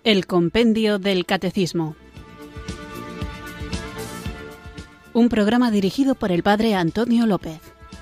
El Compendio del Catecismo. Un programa dirigido por el Padre Antonio López.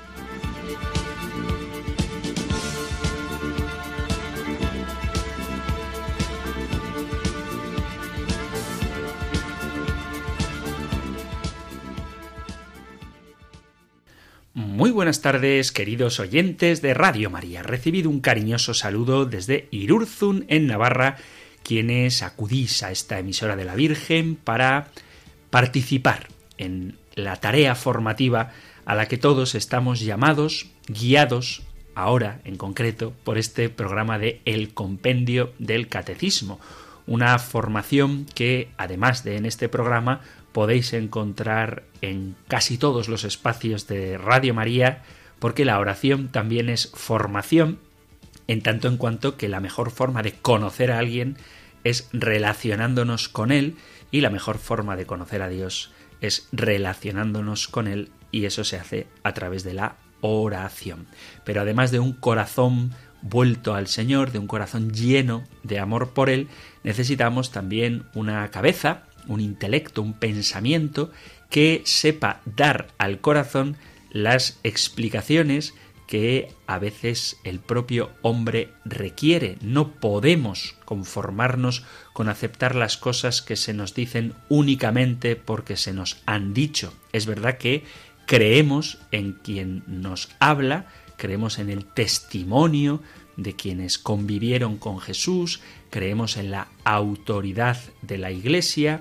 Muy buenas tardes, queridos oyentes de Radio María. Recibido un cariñoso saludo desde Irurzun, en Navarra, quienes acudís a esta emisora de la Virgen para participar en la tarea formativa a la que todos estamos llamados, guiados, ahora en concreto, por este programa de El Compendio del Catecismo. Una formación que, además de en este programa, podéis encontrar en casi todos los espacios de Radio María, porque la oración también es formación, en tanto en cuanto que la mejor forma de conocer a alguien es relacionándonos con él, y la mejor forma de conocer a Dios es relacionándonos con él, y eso se hace a través de la oración. Pero además de un corazón vuelto al Señor, de un corazón lleno de amor por él, necesitamos también una cabeza, un intelecto, un pensamiento que sepa dar al corazón las explicaciones que a veces el propio hombre requiere. No podemos conformarnos con aceptar las cosas que se nos dicen únicamente porque se nos han dicho. Es verdad que creemos en quien nos habla, creemos en el testimonio de quienes convivieron con Jesús, creemos en la autoridad de la Iglesia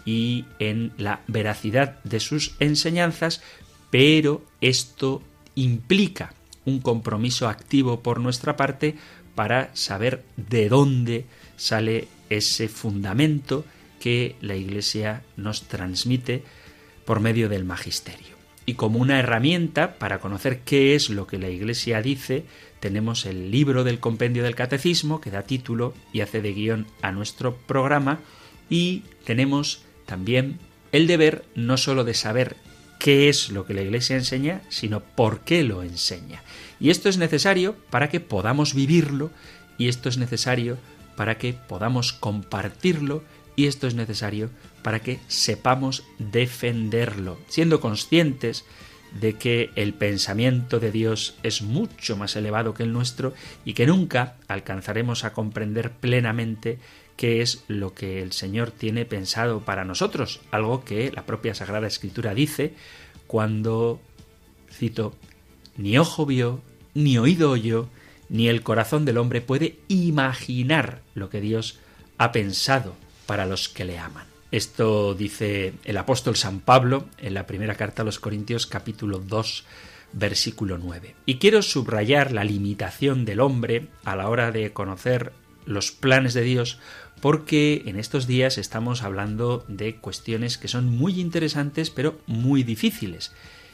y en la veracidad de sus enseñanzas, pero esto implica un compromiso activo por nuestra parte para saber de dónde sale ese fundamento que la Iglesia nos transmite por medio del magisterio. Y como una herramienta para conocer qué es lo que la Iglesia dice, tenemos el libro del Compendio del Catecismo, que da título y hace de guión a nuestro programa, y tenemos también el deber no solo de saber qué es lo que la Iglesia enseña, sino por qué lo enseña. Y esto es necesario para que podamos vivirlo, y esto es necesario para que podamos compartirlo, y esto es necesario para que sepamos defenderlo, siendo conscientes de que el pensamiento de Dios es mucho más elevado que el nuestro y que nunca alcanzaremos a comprender plenamente qué es lo que el Señor tiene pensado para nosotros, algo que la propia Sagrada Escritura dice cuando, cito, «Ni ojo vio, ni oído oyó, ni el corazón del hombre puede imaginar lo que Dios ha pensado para los que le aman». Esto dice el apóstol San Pablo en la primera carta a los Corintios, capítulo 2, versículo 9. Y quiero subrayar la limitación del hombre a la hora de conocer los planes de Dios, porque en estos días estamos hablando de cuestiones que son muy interesantes pero muy difíciles,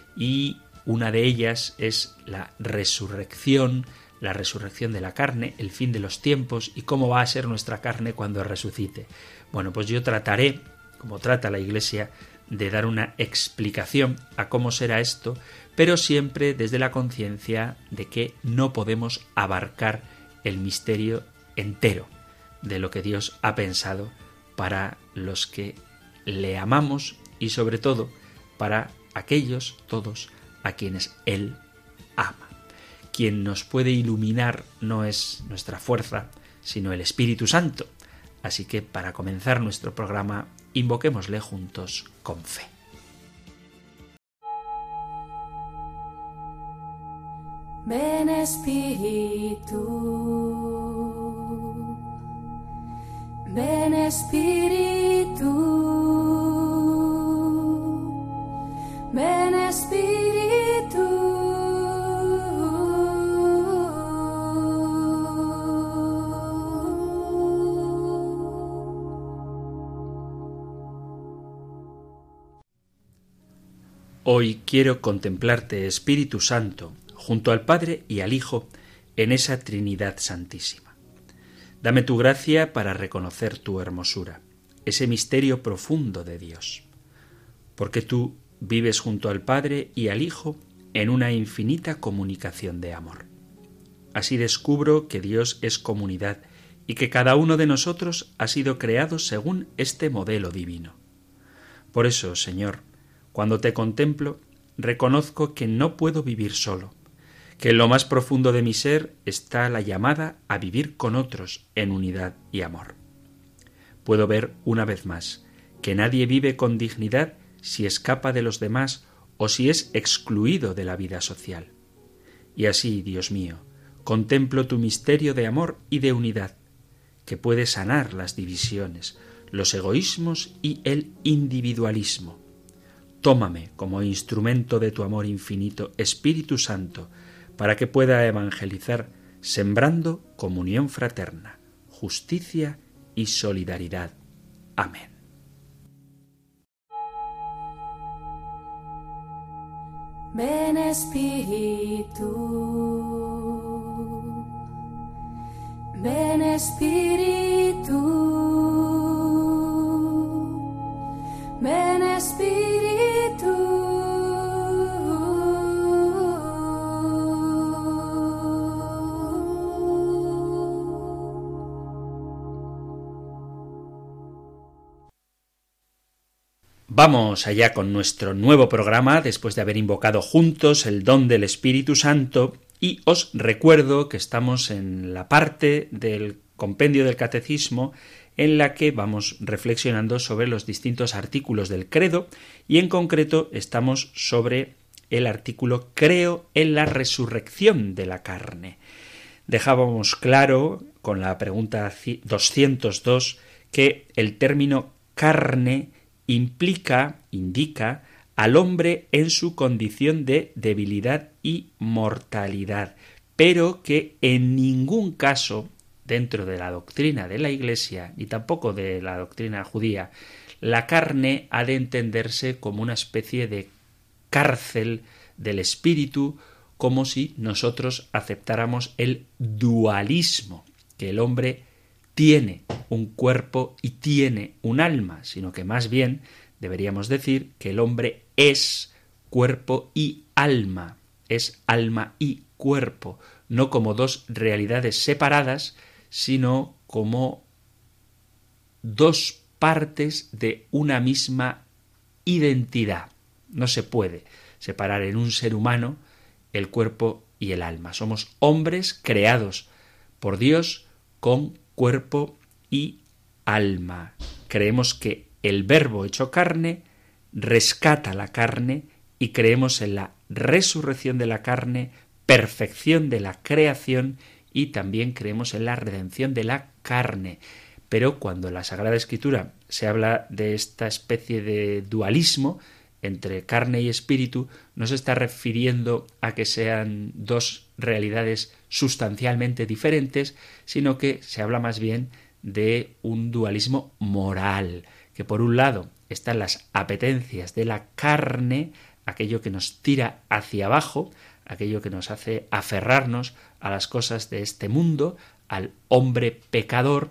y una de ellas es la resurrección de la carne, el fin de los tiempos y cómo va a ser nuestra carne cuando resucite. Bueno, pues yo trataré, como trata la Iglesia, de dar una explicación a cómo será esto, pero siempre desde la conciencia de que no podemos abarcar el misterio entero de lo que Dios ha pensado para los que le amamos y sobre todo para aquellos todos a quienes Él ama. Quien nos puede iluminar no es nuestra fuerza, sino el Espíritu Santo. Así que para comenzar nuestro programa, invoquémosle juntos con fe. Ven Espíritu, ven Espíritu, ven Espíritu. Hoy quiero contemplarte, Espíritu Santo, junto al Padre y al Hijo, en esa Trinidad Santísima. Dame tu gracia para reconocer tu hermosura, ese misterio profundo de Dios, porque tú vives junto al Padre y al Hijo en una infinita comunicación de amor. Así descubro que Dios es comunidad y que cada uno de nosotros ha sido creado según este modelo divino. Por eso, Señor, cuando te contemplo, reconozco que no puedo vivir solo, que en lo más profundo de mi ser está la llamada a vivir con otros en unidad y amor. Puedo ver una vez más que nadie vive con dignidad si escapa de los demás o si es excluido de la vida social. Y así, Dios mío, contemplo tu misterio de amor y de unidad, que puede sanar las divisiones, los egoísmos y el individualismo. Tómame como instrumento de tu amor infinito, Espíritu Santo, para que pueda evangelizar, sembrando comunión fraterna, justicia y solidaridad. Amén. Ven Espíritu, ven Espíritu, ven Espíritu. Vamos allá con nuestro nuevo programa después de haber invocado juntos el don del Espíritu Santo, y os recuerdo que estamos en la parte del compendio del Catecismo en la que vamos reflexionando sobre los distintos artículos del credo, y en concreto estamos sobre el artículo Creo en la resurrección de la carne. Dejábamos claro con la pregunta 202 que el término carne indica al hombre en su condición de debilidad y mortalidad, pero que en ningún caso, dentro de la doctrina de la Iglesia, ni tampoco de la doctrina judía, la carne ha de entenderse como una especie de cárcel del espíritu, como si nosotros aceptáramos el dualismo, que el hombre tiene un cuerpo y tiene un alma, sino que más bien deberíamos decir que el hombre es cuerpo y alma, es alma y cuerpo, no como dos realidades separadas, sino como dos partes de una misma identidad. No se puede separar en un ser humano el cuerpo y el alma. Somos hombres creados por Dios con cuerpo y alma. Creemos que el Verbo hecho carne rescata la carne y creemos en la resurrección de la carne, perfección de la creación, y también creemos en la redención de la carne. Pero cuando en la Sagrada Escritura se habla de esta especie de dualismo entre carne y espíritu, no se está refiriendo a que sean dos realidades sustancialmente diferentes, sino que se habla más bien de un dualismo moral, que por un lado están las apetencias de la carne, aquello que nos tira hacia abajo, aquello que nos hace aferrarnos a las cosas de este mundo, al hombre pecador,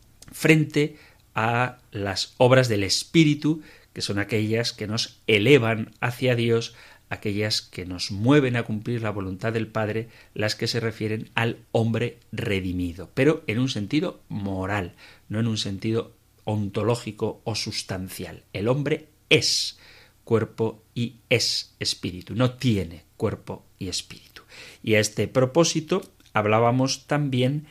frente a las obras del Espíritu, que son aquellas que nos elevan hacia Dios, aquellas que nos mueven a cumplir la voluntad del Padre, las que se refieren al hombre redimido, pero en un sentido moral, no en un sentido ontológico o sustancial. El hombre es cuerpo y es espíritu, no tiene cuerpo y espíritu. Y a este propósito hablábamos también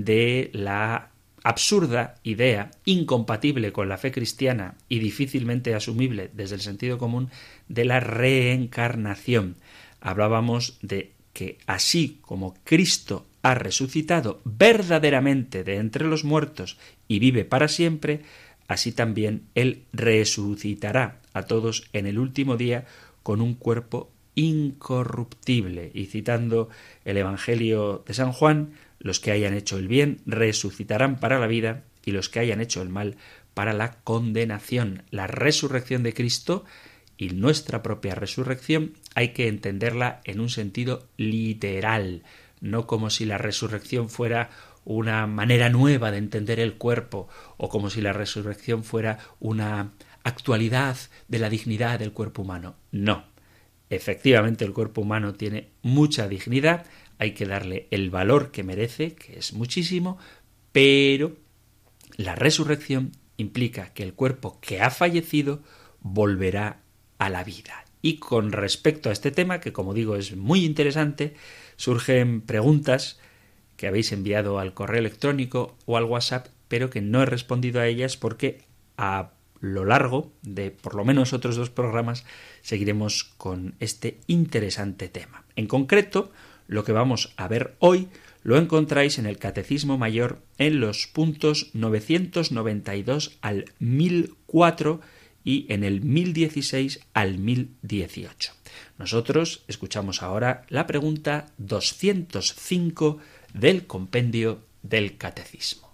de la absurda idea, incompatible con la fe cristiana y difícilmente asumible desde el sentido común, de la reencarnación. Hablábamos de que así como Cristo ha resucitado verdaderamente de entre los muertos y vive para siempre, así también Él resucitará a todos en el último día con un cuerpo incorruptible. Y citando el Evangelio de San Juan, los que hayan hecho el bien resucitarán para la vida y los que hayan hecho el mal para la condenación. La resurrección de Cristo y nuestra propia resurrección hay que entenderla en un sentido literal, no como si la resurrección fuera una manera nueva de entender el cuerpo o como si la resurrección fuera una actualidad de la dignidad del cuerpo humano. No. Efectivamente, el cuerpo humano tiene mucha dignidad, hay que darle el valor que merece, que es muchísimo, pero la resurrección implica que el cuerpo que ha fallecido volverá a la vida. Y con respecto a este tema, que como digo es muy interesante, surgen preguntas que habéis enviado al correo electrónico o al WhatsApp, pero que no he respondido a ellas porque a lo largo de por lo menos otros 2 programas seguiremos con este interesante tema. En concreto, lo que vamos a ver hoy lo encontráis en el Catecismo Mayor en los puntos 992 al 1004 y en el 1016 al 1018. Nosotros escuchamos ahora la pregunta 205 del compendio del Catecismo.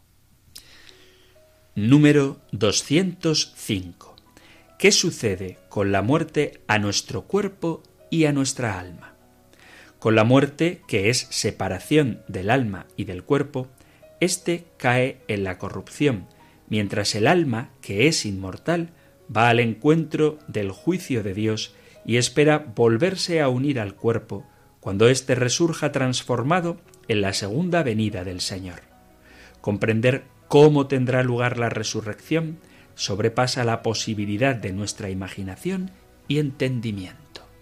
Número 205. ¿Qué sucede con la muerte a nuestro cuerpo y a nuestra alma? Con la muerte, que es separación del alma y del cuerpo, éste cae en la corrupción, mientras el alma, que es inmortal, va al encuentro del juicio de Dios y espera volverse a unir al cuerpo cuando éste resurja transformado en la segunda venida del Señor. Comprender cómo tendrá lugar la resurrección sobrepasa la posibilidad de nuestra imaginación y entendimiento.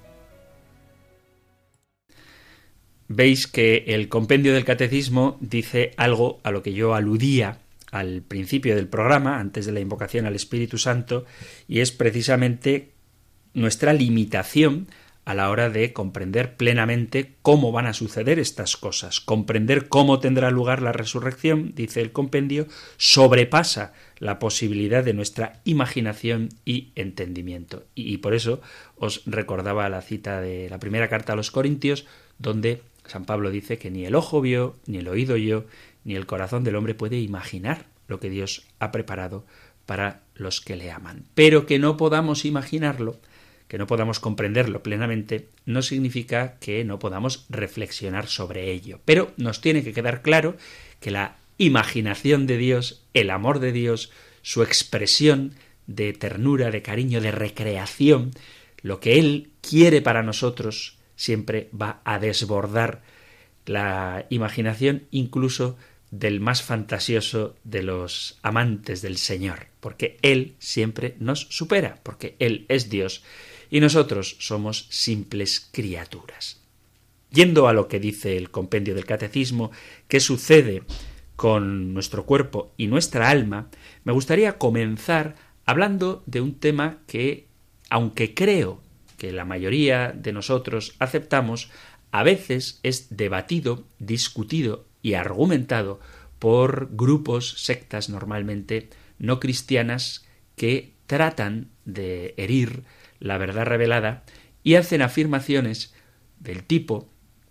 Veis que el compendio del Catecismo dice algo a lo que yo aludía al principio del programa, antes de la invocación al Espíritu Santo, y es precisamente nuestra limitación a la hora de comprender plenamente cómo van a suceder estas cosas. Comprender cómo tendrá lugar la resurrección, dice el compendio, sobrepasa la posibilidad de nuestra imaginación y entendimiento. Y por eso os recordaba la cita de la primera carta a los Corintios, donde San Pablo dice que ni el ojo vio, ni el oído oyó, ni el corazón del hombre puede imaginar lo que Dios ha preparado para los que le aman. Pero que no podamos imaginarlo, que no podamos comprenderlo plenamente, no significa que no podamos reflexionar sobre ello. Pero nos tiene que quedar claro que la imaginación de Dios, el amor de Dios, su expresión de ternura, de cariño, de recreación, lo que Él quiere para nosotros, siempre va a desbordar la imaginación incluso del más fantasioso de los amantes del Señor, porque Él siempre nos supera, porque Él es Dios y nosotros somos simples criaturas. Yendo a lo que dice el compendio del Catecismo, qué sucede con nuestro cuerpo y nuestra alma, me gustaría comenzar hablando de un tema que, aunque creo que la mayoría de nosotros aceptamos, a veces es debatido, discutido y argumentado por grupos, sectas normalmente no cristianas, que tratan de herir la verdad revelada y hacen afirmaciones del tipo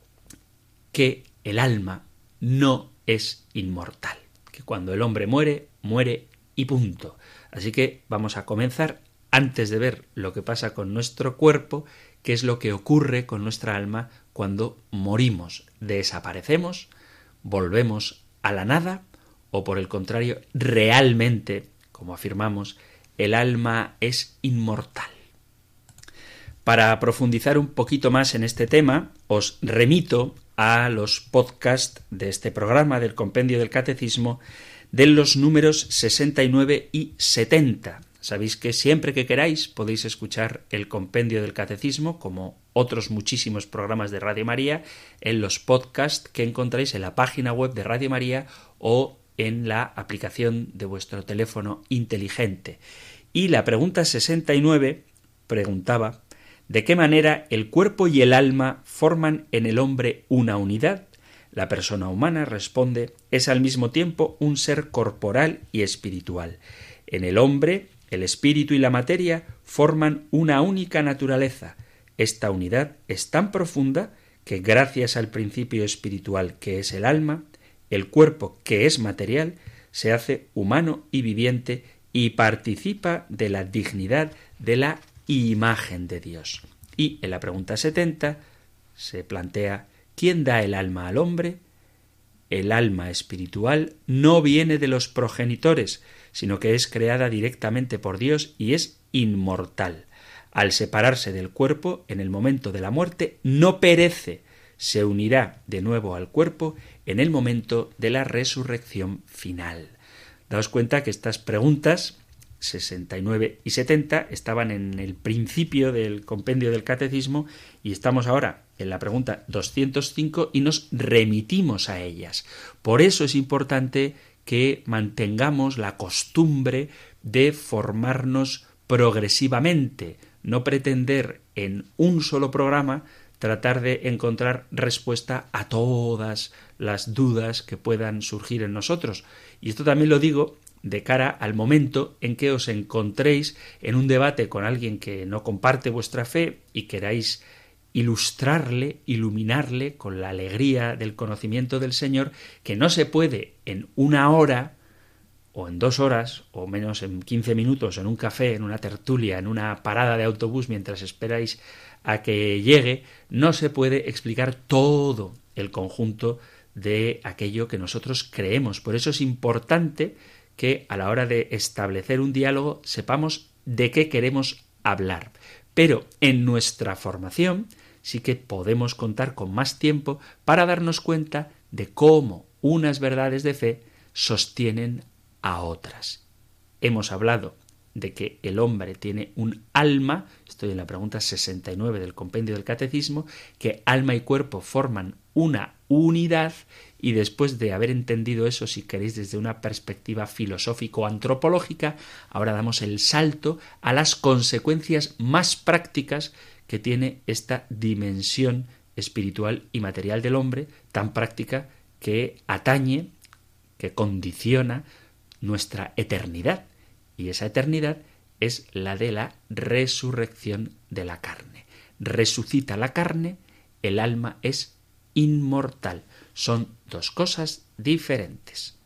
que el alma no es inmortal, que cuando el hombre muere, muere y punto. Así que vamos a comenzar, antes de ver lo que pasa con nuestro cuerpo, qué es lo que ocurre con nuestra alma cuando morimos. ¿Desaparecemos? ¿Volvemos a la nada? ¿O por el contrario, realmente, como afirmamos, el alma es inmortal? Para profundizar un poquito más en este tema, os remito a los podcasts de este programa del Compendio del Catecismo de los números 69 y 70. Sabéis que siempre que queráis podéis escuchar el Compendio del Catecismo, como otros muchísimos programas de Radio María, en los podcasts que encontráis en la página web de Radio María o en la aplicación de vuestro teléfono inteligente. Y la pregunta 69 preguntaba: ¿de qué manera el cuerpo y el alma forman en el hombre una unidad? La persona humana, responde, es al mismo tiempo un ser corporal y espiritual. En el hombre, el espíritu y la materia forman una única naturaleza. Esta unidad es tan profunda que, gracias al principio espiritual que es el alma, el cuerpo, que es material, se hace humano y viviente y participa de la dignidad de la imagen de Dios. Y en la pregunta 70 se plantea: ¿quién da el alma al hombre? El alma espiritual no viene de los progenitores, sino que es creada directamente por Dios y es inmortal. Al separarse del cuerpo, en el momento de la muerte, no perece, se unirá de nuevo al cuerpo en el momento de la resurrección final. Daos cuenta que estas preguntas 69 y 70 estaban en el principio del compendio del catecismo y estamos ahora en la pregunta 205 y nos remitimos a ellas. Por eso es importante que mantengamos la costumbre de formarnos progresivamente, no pretender en un solo programa tratar de encontrar respuesta a todas las dudas que puedan surgir en nosotros. Y esto también lo digo de cara al momento en que os encontréis en un debate con alguien que no comparte vuestra fe y queráis ilustrarle, iluminarle con la alegría del conocimiento del Señor, que no se puede en una hora o en 2 horas o menos en 15 minutos en un café, en una tertulia, en una parada de autobús mientras esperáis a que llegue, no se puede explicar todo el conjunto de aquello que nosotros creemos. Por eso es importante que a la hora de establecer un diálogo sepamos de qué queremos hablar. Pero en nuestra formación sí que podemos contar con más tiempo para darnos cuenta de cómo unas verdades de fe sostienen a otras. Hemos hablado de que el hombre tiene un alma, estoy en la pregunta 69 del compendio del catecismo, que alma y cuerpo forman una unidad, y después de haber entendido eso, si queréis desde una perspectiva filosófico-antropológica, ahora damos el salto a las consecuencias más prácticas que tiene esta dimensión espiritual y material del hombre, tan práctica que atañe, que condiciona nuestra eternidad. Y esa eternidad es la de la resurrección de la carne. Resucita la carne, el alma es inmortal. Son 2 cosas diferentes.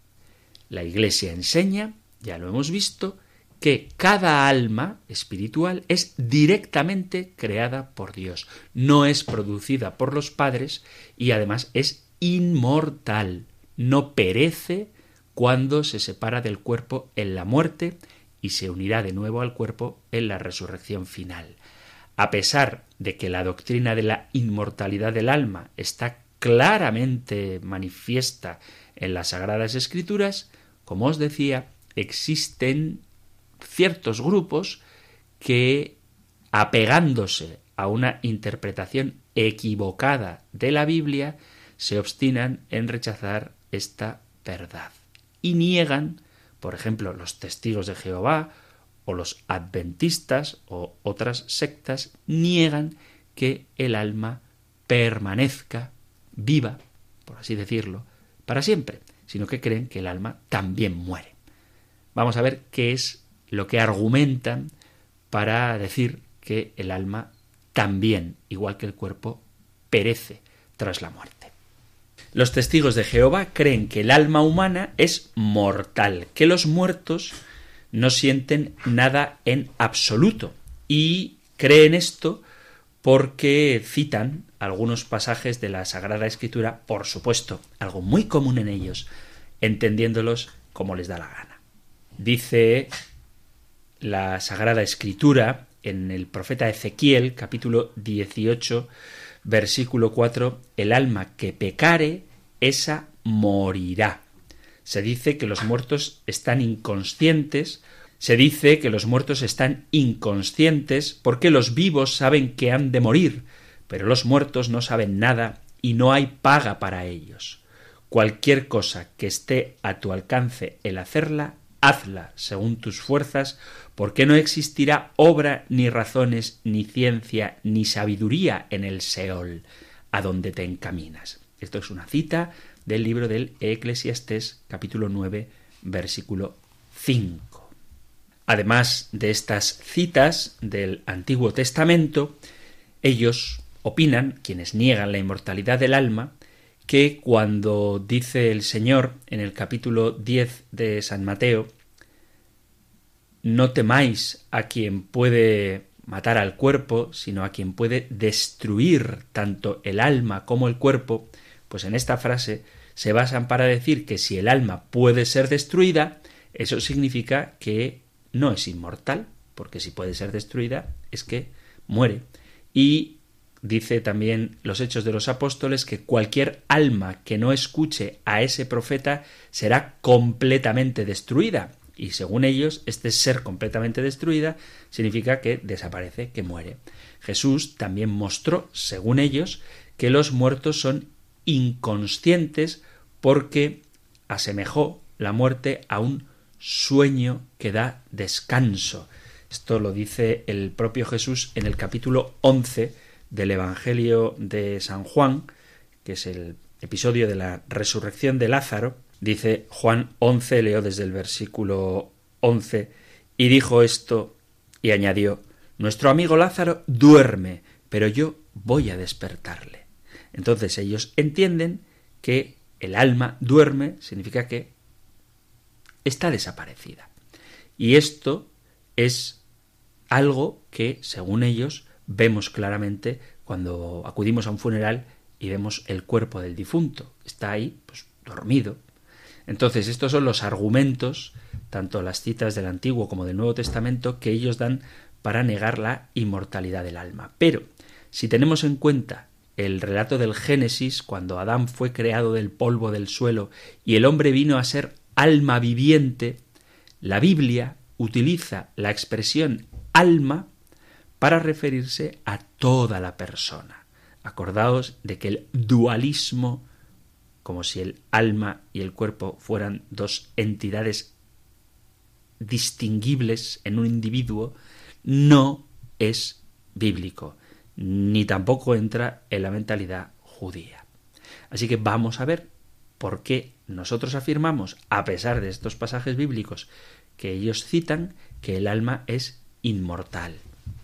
La Iglesia enseña, ya lo hemos visto, que cada alma espiritual es directamente creada por Dios. No es producida por los padres y además es inmortal. No perece cuando se separa del cuerpo en la muerte y se unirá de nuevo al cuerpo en la resurrección final. A pesar de que la doctrina de la inmortalidad del alma está claramente manifiesta en las Sagradas Escrituras, como os decía, existen ciertos grupos que, apegándose a una interpretación equivocada de la Biblia, se obstinan en rechazar esta verdad y niegan, por ejemplo, los testigos de Jehová o los adventistas o otras sectas, niegan que el alma permanezca viva, por así decirlo, para siempre, sino que creen que el alma también muere. Vamos a ver qué es lo que argumentan para decir que el alma también, igual que el cuerpo, perece tras la muerte. Los testigos de Jehová creen que el alma humana es mortal, que los muertos no sienten nada en absoluto, y creen esto porque citan algunos pasajes de la Sagrada Escritura, por supuesto, algo muy común en ellos, entendiéndolos como les da la gana. Dice la Sagrada Escritura en el profeta Ezequiel, capítulo 18, versículo 4, el alma que pecare, esa morirá. Se dice que los muertos están inconscientes, porque los vivos saben que han de morir, pero los muertos no saben nada y no hay paga para ellos. Cualquier cosa que esté a tu alcance el hacerla, hazla según tus fuerzas, porque no existirá obra, ni razones, ni ciencia, ni sabiduría en el Seol, a donde te encaminas. Esto es una cita del libro del Eclesiastés, capítulo 9, versículo 5. Además de estas citas del Antiguo Testamento, ellos opinan, quienes niegan la inmortalidad del alma, que cuando dice el Señor en el capítulo 10 de San Mateo, no temáis a quien puede matar al cuerpo, sino a quien puede destruir tanto el alma como el cuerpo, pues en esta frase se basan para decir que si el alma puede ser destruida, eso significa que no es inmortal, porque si puede ser destruida es que muere. Y Dice también los Hechos de los Apóstoles que cualquier alma que no escuche a ese profeta será completamente destruida. Y según ellos, este ser completamente destruida significa que desaparece, que muere. Jesús también mostró, según ellos, que los muertos son inconscientes porque asemejó la muerte a un sueño que da descanso. Esto lo dice el propio Jesús en el capítulo 11 del Evangelio de San Juan, que es el episodio de la resurrección de Lázaro. Dice Juan 11, leo desde el versículo 11, y dijo esto y añadió: nuestro amigo Lázaro duerme, pero yo voy a despertarle. Entonces ellos entienden que el alma duerme, significa que está desaparecida. Y esto es algo que, según ellos, vemos claramente cuando acudimos a un funeral y vemos el cuerpo del difunto. Está ahí, pues, dormido. Entonces, estos son los argumentos, tanto las citas del Antiguo como del Nuevo Testamento, que ellos dan para negar la inmortalidad del alma. Pero, si tenemos en cuenta el relato del Génesis, cuando Adán fue creado del polvo del suelo y el hombre vino a ser alma viviente, la Biblia utiliza la expresión alma para referirse a toda la persona. Acordaos de que el dualismo, como si el alma y el cuerpo fueran dos entidades distinguibles en un individuo, no es bíblico, ni tampoco entra en la mentalidad judía. Así que vamos a ver por qué nosotros afirmamos, a pesar de estos pasajes bíblicos que ellos citan, que el alma es inmortal.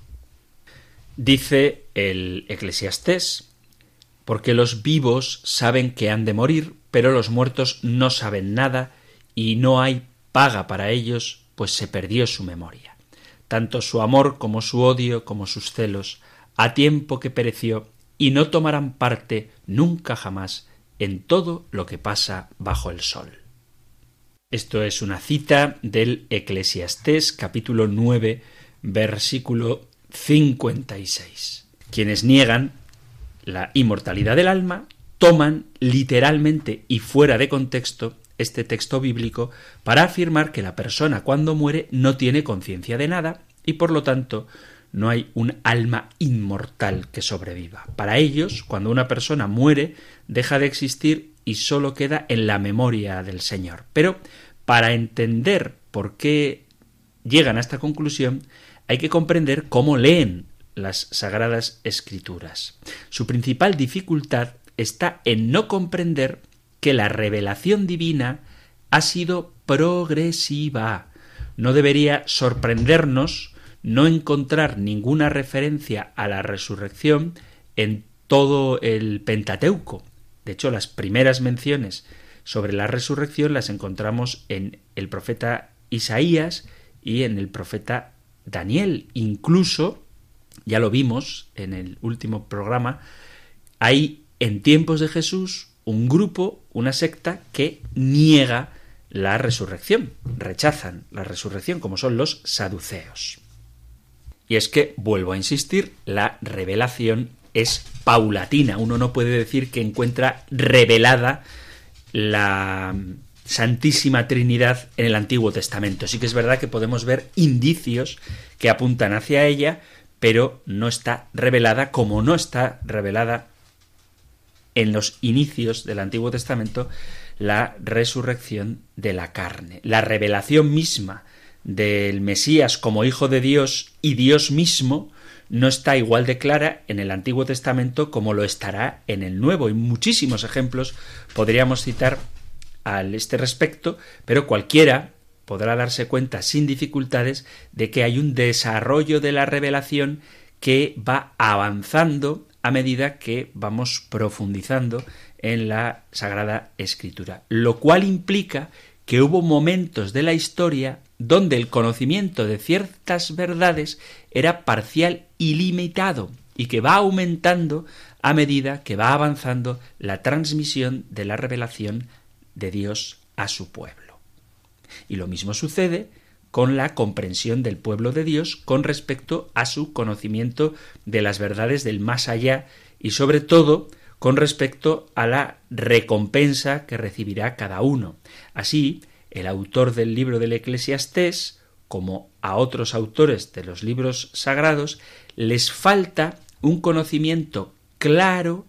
Dice el Eclesiastés: porque los vivos saben que han de morir, pero los muertos no saben nada y no hay paga para ellos, pues se perdió su memoria. Tanto su amor como su odio como sus celos, a tiempo que pereció, y no tomarán parte nunca jamás en todo lo que pasa bajo el sol. Esto es una cita del Eclesiastés, capítulo 9, versículo 56. Quienes niegan la inmortalidad del alma toman literalmente y fuera de contexto este texto bíblico para afirmar que la persona cuando muere no tiene conciencia de nada y por lo tanto no hay un alma inmortal que sobreviva. Para ellos, cuando una persona muere, deja de existir y solo queda en la memoria del Señor. Pero para entender por qué llegan a esta conclusión, hay que comprender cómo leen las Sagradas Escrituras. Su principal dificultad está en no comprender que la revelación divina ha sido progresiva. No debería sorprendernos no encontrar ninguna referencia a la resurrección en todo el Pentateuco. De hecho, las primeras menciones sobre la resurrección las encontramos en el profeta Isaías y en el profeta Daniel. Incluso, ya lo vimos en el último programa, hay en tiempos de Jesús un grupo, una secta que niega la resurrección, rechazan la resurrección, como son los saduceos. Y es que, vuelvo a insistir, la revelación es paulatina. Uno no puede decir que encuentra revelada la Santísima Trinidad en el Antiguo Testamento. Sí que es verdad que podemos ver indicios que apuntan hacia ella, pero no está revelada como no está revelada en los inicios del Antiguo Testamento la resurrección de la carne. La revelación misma del Mesías como Hijo de Dios y Dios mismo no está igual de clara en el Antiguo Testamento como lo estará en el Nuevo. Y muchísimos ejemplos podríamos citar a este respecto, pero cualquiera podrá darse cuenta sin dificultades de que hay un desarrollo de la revelación que va avanzando a medida que vamos profundizando en la Sagrada Escritura, lo cual implica que hubo momentos de la historia donde el conocimiento de ciertas verdades era parcial y limitado y que va aumentando a medida que va avanzando la transmisión de la revelación de Dios a su pueblo. Y lo mismo sucede con la comprensión del pueblo de Dios con respecto a su conocimiento de las verdades del más allá y sobre todo con respecto a la recompensa que recibirá cada uno. Así, el autor del libro del Eclesiastés, como a otros autores de los libros sagrados, les falta un conocimiento claro,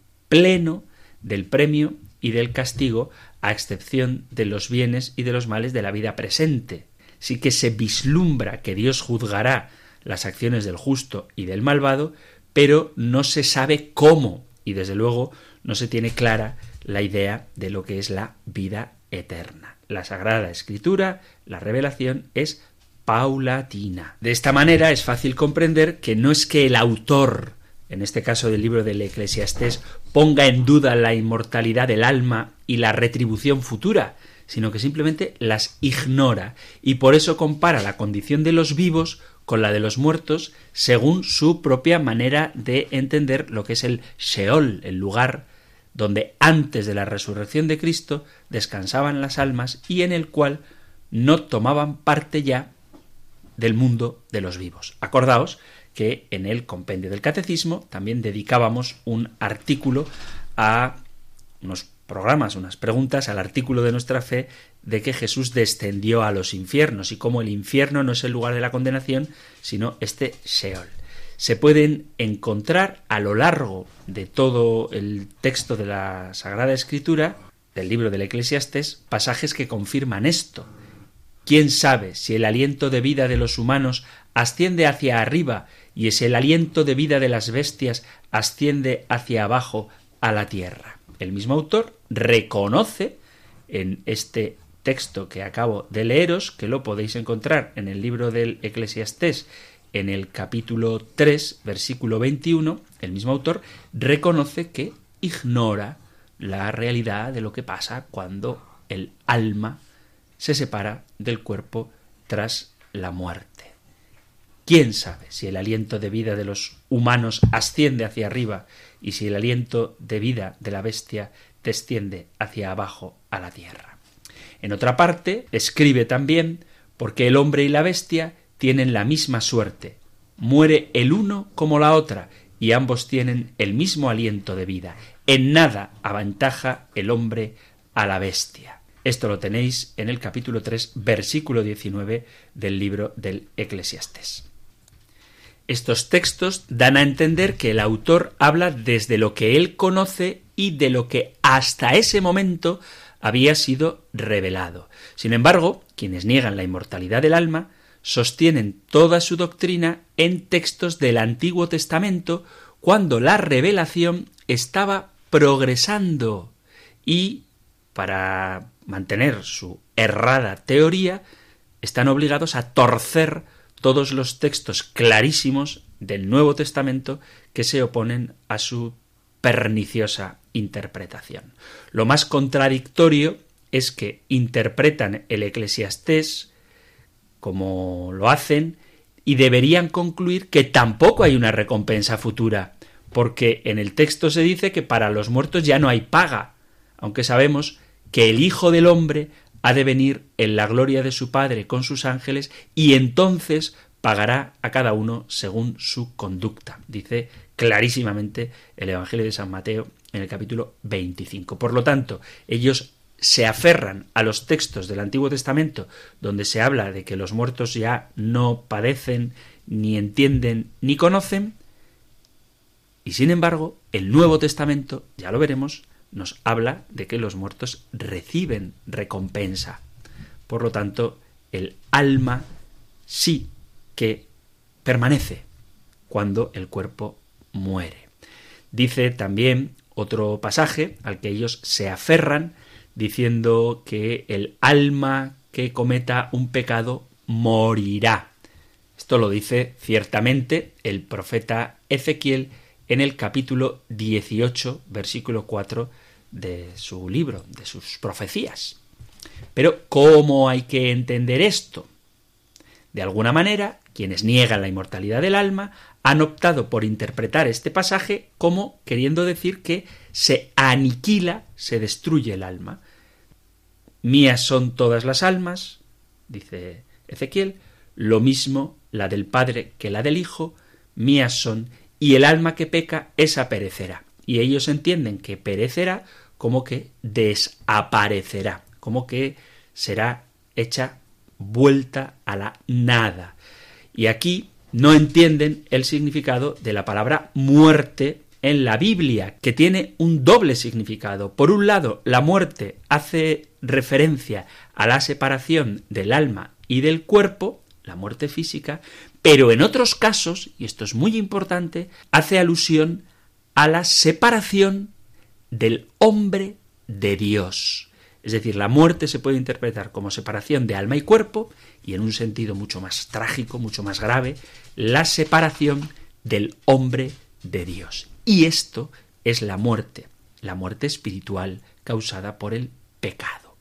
pleno, del premio y del castigo, a excepción de los bienes y de los males de la vida presente. Sí que se vislumbra que Dios juzgará las acciones del justo y del malvado, pero no se sabe cómo, y desde luego no se tiene clara la idea de lo que es la vida eterna. La Sagrada Escritura, la revelación, es paulatina. De esta manera es fácil comprender que no es que el autor, en este caso del libro del Eclesiastés, ponga en duda la inmortalidad del alma y la retribución futura, sino que simplemente las ignora y por eso compara la condición de los vivos con la de los muertos según su propia manera de entender lo que es el Sheol, el lugar donde antes de la resurrección de Cristo descansaban las almas y en el cual no tomaban parte ya del mundo de los vivos. Acordaos que en el compendio del Catecismo también dedicábamos un artículo a unos programas, unas preguntas al artículo de nuestra fe de que Jesús descendió a los infiernos y cómo el infierno no es el lugar de la condenación, sino este Sheol. Se pueden encontrar a lo largo de todo el texto de la Sagrada Escritura, del libro del Eclesiastés, pasajes que confirman esto. ¿Quién sabe si el aliento de vida de los humanos asciende hacia arriba y si el aliento de vida de las bestias asciende hacia abajo a la tierra? El mismo autor reconoce en este texto que acabo de leeros, que lo podéis encontrar en el libro del Eclesiastés, en el capítulo 3, versículo 21, el mismo autor reconoce que ignora la realidad de lo que pasa cuando el alma se separa del cuerpo tras la muerte. ¿Quién sabe si el aliento de vida de los humanos asciende hacia arriba y si el aliento de vida de la bestia desciende hacia abajo a la tierra? En otra parte, escribe también, porque el hombre y la bestia tienen la misma suerte. Muere el uno como la otra, y ambos tienen el mismo aliento de vida. En nada aventaja el hombre a la bestia. Esto lo tenéis en el capítulo 3, versículo 19 del libro del Eclesiastés. Estos textos dan a entender que el autor habla desde lo que él conoce y de lo que hasta ese momento había sido revelado. Sin embargo, quienes niegan la inmortalidad del alma sostienen toda su doctrina en textos del Antiguo Testamento cuando la revelación estaba progresando y, para mantener su errada teoría, están obligados a torcer todos los textos clarísimos del Nuevo Testamento que se oponen a su perniciosa interpretación. Lo más contradictorio es que interpretan el Eclesiastés como lo hacen y deberían concluir que tampoco hay una recompensa futura, porque en el texto se dice que para los muertos ya no hay paga, aunque sabemos que el Hijo del Hombre ha de venir en la gloria de su Padre con sus ángeles y entonces pagará a cada uno según su conducta, dice clarísimamente el Evangelio de San Mateo en el capítulo 25. Por lo tanto, ellos se aferran a los textos del Antiguo Testamento donde se habla de que los muertos ya no padecen, ni entienden, ni conocen, y sin embargo, el Nuevo Testamento, ya lo veremos, nos habla de que los muertos reciben recompensa. Por lo tanto, el alma sí que permanece cuando el cuerpo muere. Dice también otro pasaje al que ellos se aferran, diciendo que el alma que cometa un pecado morirá. Esto lo dice ciertamente el profeta Ezequiel en el capítulo 18, versículo 4 de su libro, de sus profecías. Pero, ¿cómo hay que entender esto? De alguna manera, quienes niegan la inmortalidad del alma han optado por interpretar este pasaje como queriendo decir que se aniquila, se destruye el alma. Mías son todas las almas, dice Ezequiel, lo mismo la del Padre que la del Hijo, mías son, y el alma que peca, esa perecerá. Y ellos entienden que perecerá como que desaparecerá, como que será hecha vuelta a la nada. Y aquí no entienden el significado de la palabra muerte en la Biblia, que tiene un doble significado. Por un lado, la muerte hace referencia a la separación del alma y del cuerpo, la muerte física, pero en otros casos, y esto es muy importante, hace alusión a la separación del hombre de Dios. Es decir, la muerte se puede interpretar como separación de alma y cuerpo, y en un sentido mucho más trágico, mucho más grave, la separación del hombre de Dios. Y esto es la muerte espiritual causada por el pecado.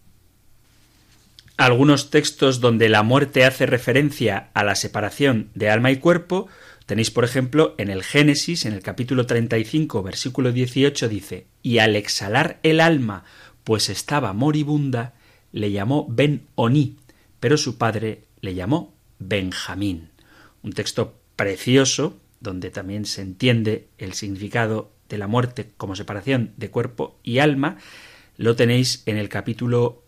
Algunos textos donde la muerte hace referencia a la separación de alma y cuerpo, tenéis por ejemplo en el Génesis, en el capítulo 35, versículo 18, dice: y al exhalar el alma, pues estaba moribunda, le llamó Ben-Oní, pero su padre le llamó Benjamín. Un texto precioso, donde también se entiende el significado de la muerte como separación de cuerpo y alma. Lo tenéis en el capítulo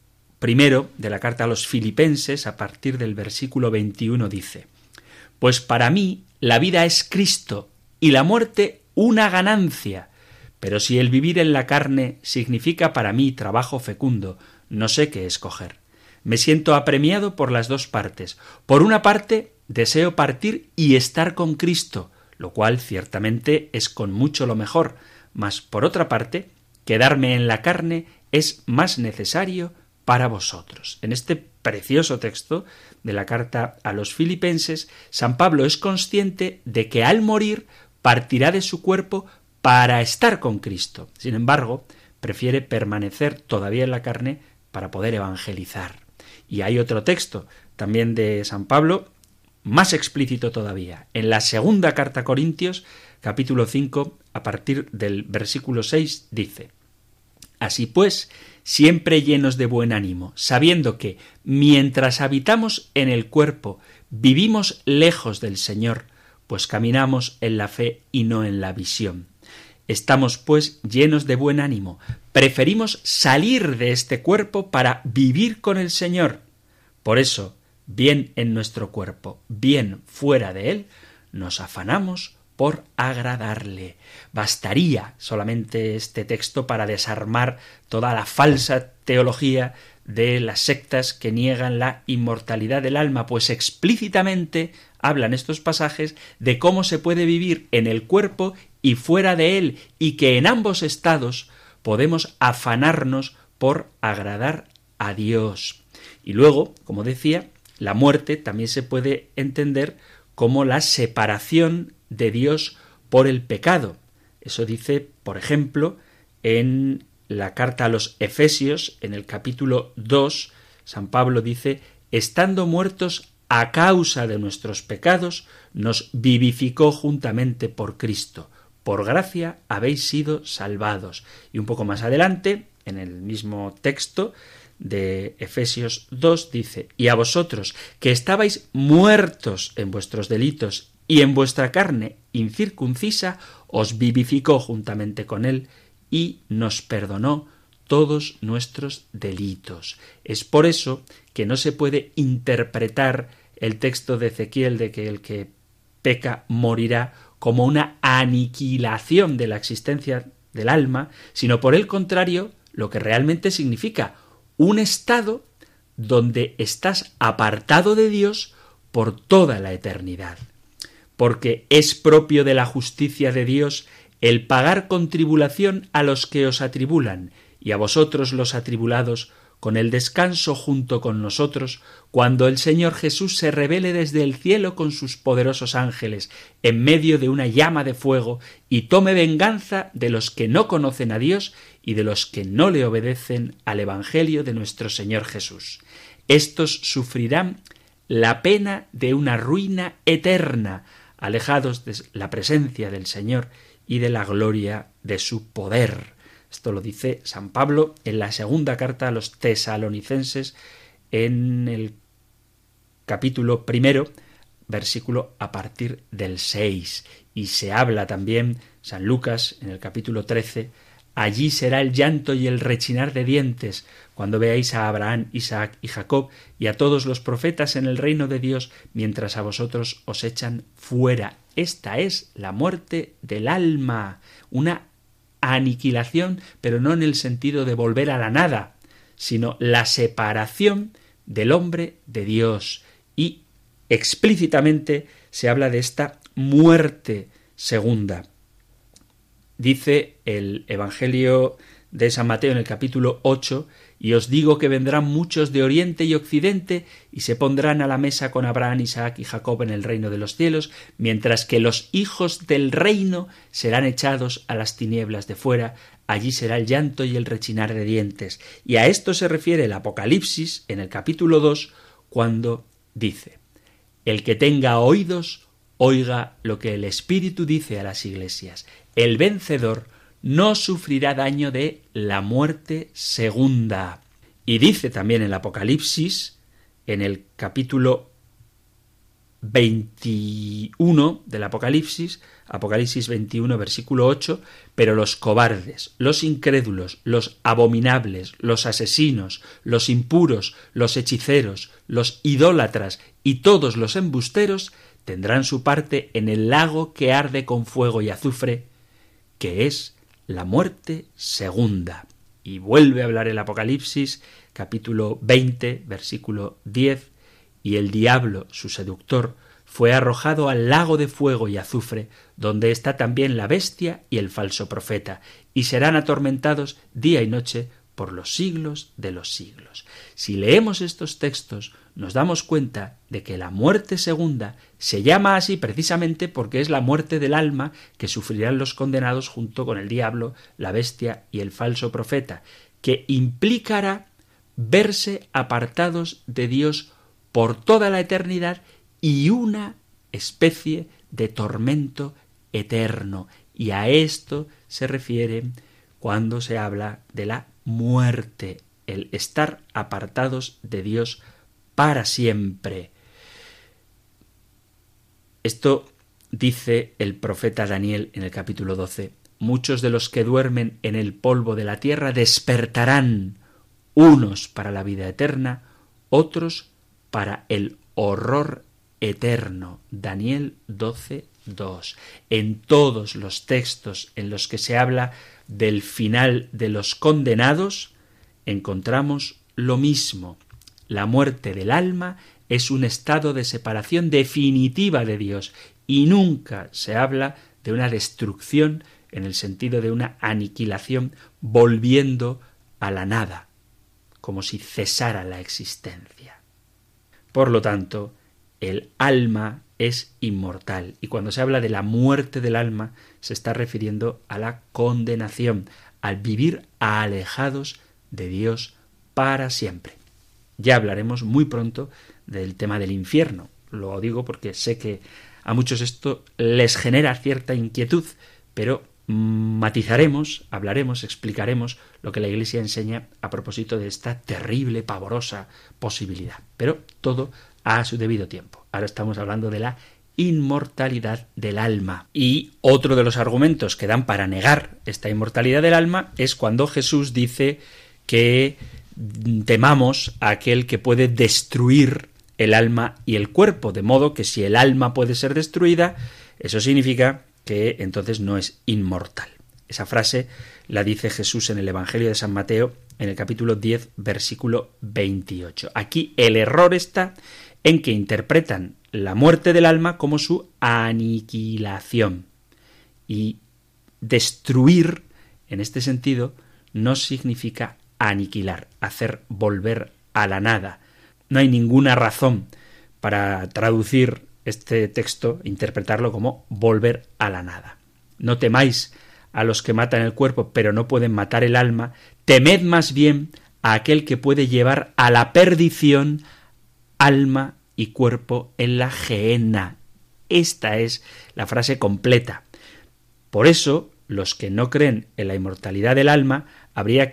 1 de la carta a los Filipenses, a partir del versículo 21, dice: pues para mí la vida es Cristo y la muerte una ganancia, pero si el vivir en la carne significa para mí trabajo fecundo, no sé qué escoger. Me siento apremiado por las dos partes. Por una parte, deseo partir y estar con Cristo, lo cual ciertamente es con mucho lo mejor, mas por otra parte, quedarme en la carne es más necesario para vosotros. En este precioso texto de la carta a los Filipenses, San Pablo es consciente de que al morir partirá de su cuerpo para estar con Cristo. Sin embargo, prefiere permanecer todavía en la carne para poder evangelizar. Y hay otro texto también de San Pablo, más explícito todavía, en la segunda carta a Corintios, capítulo 5, a partir del versículo 6, dice: así pues, siempre llenos de buen ánimo, sabiendo que, mientras habitamos en el cuerpo, vivimos lejos del Señor, pues caminamos en la fe y no en la visión. Estamos, pues, llenos de buen ánimo. Preferimos salir de este cuerpo para vivir con el Señor. Por eso, bien en nuestro cuerpo, bien fuera de él, nos afanamos por agradarle. Bastaría solamente este texto para desarmar toda la falsa teología de las sectas que niegan la inmortalidad del alma, pues explícitamente hablan estos pasajes de cómo se puede vivir en el cuerpo y fuera de él, y que en ambos estados podemos afanarnos por agradar a Dios. Y luego, como decía, la muerte también se puede entender como la separación de Dios por el pecado. Eso dice, por ejemplo, en la carta a los Efesios, en el capítulo 2, San Pablo dice: estando muertos a causa de nuestros pecados, nos vivificó juntamente por Cristo. Por gracia habéis sido salvados. Y un poco más adelante, en el mismo texto de Efesios 2, dice: y a vosotros, que estabais muertos en vuestros delitos y en vuestra carne incircuncisa, os vivificó juntamente con él y nos perdonó todos nuestros delitos. Es por eso que no se puede interpretar el texto de Ezequiel de que el que peca morirá como una aniquilación de la existencia del alma, sino por el contrario, lo que realmente significa un estado donde estás apartado de Dios por toda la eternidad. Porque es propio de la justicia de Dios el pagar con tribulación a los que os atribulan, y a vosotros los atribulados con el descanso junto con nosotros, cuando el Señor Jesús se revele desde el cielo con sus poderosos ángeles, en medio de una llama de fuego, y tome venganza de los que no conocen a Dios y de los que no le obedecen al Evangelio de nuestro Señor Jesús. Estos sufrirán la pena de una ruina eterna, alejados de la presencia del Señor y de la gloria de su poder. Esto lo dice San Pablo en la segunda carta a los Tesalonicenses, en el capítulo 1, versículo a partir del 6. Y se habla también, San Lucas, en el capítulo 13, allí será el llanto y el rechinar de dientes cuando veáis a Abraham, Isaac y Jacob y a todos los profetas en el reino de Dios, mientras a vosotros os echan fuera. Esta es la muerte del alma, una aniquilación, pero no en el sentido de volver a la nada, sino la separación del hombre de Dios. Y explícitamente se habla de esta muerte segunda. Dice el Evangelio de San Mateo en el capítulo 8, y os digo que vendrán muchos de oriente y occidente y se pondrán a la mesa con Abraham, Isaac y Jacob en el reino de los cielos, mientras que los hijos del reino serán echados a las tinieblas de fuera. Allí será el llanto y el rechinar de dientes. Y a esto se refiere el Apocalipsis en el capítulo 2, cuando dice: el que tenga oídos, oiga lo que el Espíritu dice a las iglesias. El vencedor no sufrirá daño de la muerte segunda. Y dice también el Apocalipsis, en el capítulo 21 del Apocalipsis 21, versículo 8, pero los cobardes, los incrédulos, los abominables, los asesinos, los impuros, los hechiceros, los idólatras y todos los embusteros tendrán su parte en el lago que arde con fuego y azufre, que es la muerte segunda. Y vuelve a hablar el Apocalipsis, capítulo 20, versículo 10, y el diablo, su seductor, fue arrojado al lago de fuego y azufre, donde está también la bestia y el falso profeta, y serán atormentados día y noche por los siglos de los siglos. Si leemos estos textos, nos damos cuenta de que la muerte segunda se llama así precisamente porque es la muerte del alma que sufrirán los condenados junto con el diablo, la bestia y el falso profeta, que implicará verse apartados de Dios por toda la eternidad y una especie de tormento eterno. Y a esto se refiere cuando se habla de la muerte, el estar apartados de Dios para siempre. Esto dice el profeta Daniel en el capítulo 12. Muchos de los que duermen en el polvo de la tierra despertarán, unos para la vida eterna, otros para el horror eterno. Daniel 12:2. En todos los textos en los que se habla del final de los condenados, encontramos lo mismo. La muerte del alma es un estado de separación definitiva de Dios y nunca se habla de una destrucción en el sentido de una aniquilación volviendo a la nada, como si cesara la existencia. Por lo tanto, el alma es inmortal y cuando se habla de la muerte del alma se está refiriendo a la condenación, al vivir alejados de Dios para siempre. Ya hablaremos muy pronto del tema del infierno. Lo digo porque sé que a muchos esto les genera cierta inquietud, pero matizaremos, hablaremos, explicaremos lo que la Iglesia enseña a propósito de esta terrible, pavorosa posibilidad. Pero todo a su debido tiempo. Ahora estamos hablando de la inmortalidad del alma. Y otro de los argumentos que dan para negar esta inmortalidad del alma es cuando Jesús dice que temamos a aquel que puede destruir el alma y el cuerpo, de modo que si el alma puede ser destruida, eso significa que entonces no es inmortal. Esa frase la dice Jesús en el Evangelio de San Mateo, en el capítulo 10, versículo 28. Aquí el error está en que interpretan la muerte del alma como su aniquilación. Y destruir, en este sentido, no significa aniquilar, hacer volver a la nada. No hay ninguna razón para traducir este texto, interpretarlo como volver a la nada. No temáis a los que matan el cuerpo, pero no pueden matar el alma. Temed más bien a aquel que puede llevar a la perdición alma y cuerpo en la gehenna. Esta es la frase completa. Por eso, los que no creen en la inmortalidad del alma, habría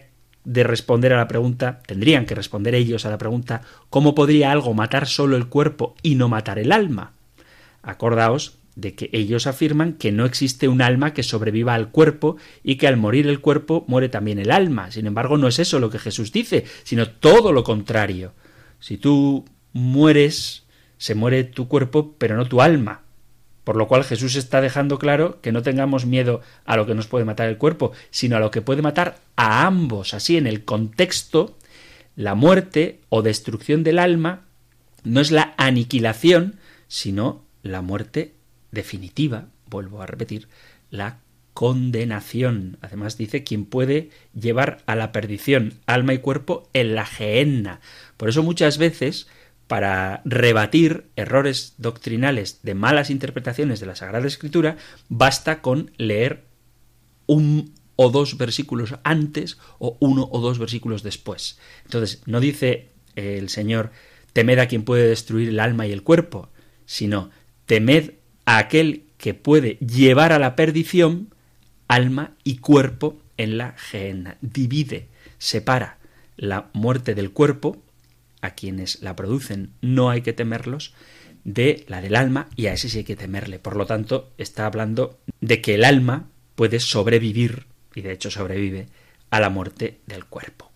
de responder a la pregunta, tendrían que responder ellos a la pregunta, ¿cómo podría algo matar solo el cuerpo y no matar el alma? Acordaos de que ellos afirman que no existe un alma que sobreviva al cuerpo y que al morir el cuerpo muere también el alma. Sin embargo, no es eso lo que Jesús dice, sino todo lo contrario. Si tú mueres, se muere tu cuerpo, pero no tu alma. Por lo cual Jesús está dejando claro que no tengamos miedo a lo que nos puede matar el cuerpo, sino a lo que puede matar a ambos. Así, en el contexto, la muerte o destrucción del alma no es la aniquilación, sino la muerte definitiva, vuelvo a repetir, la condenación. Además dice quien puede llevar a la perdición alma y cuerpo en la gehenna. Por eso muchas veces, para rebatir errores doctrinales de malas interpretaciones de la Sagrada Escritura, basta con leer un o dos versículos antes o uno o dos versículos después. Entonces, no dice el Señor, temed a quien puede destruir el alma y el cuerpo, sino temed a aquel que puede llevar a la perdición alma y cuerpo en la gehenna. Divide, separa la muerte del cuerpo, a quienes la producen no hay que temerlos, de la del alma, y a ese sí hay que temerle. Por lo tanto, está hablando de que el alma puede sobrevivir, y de hecho sobrevive, a la muerte del cuerpo.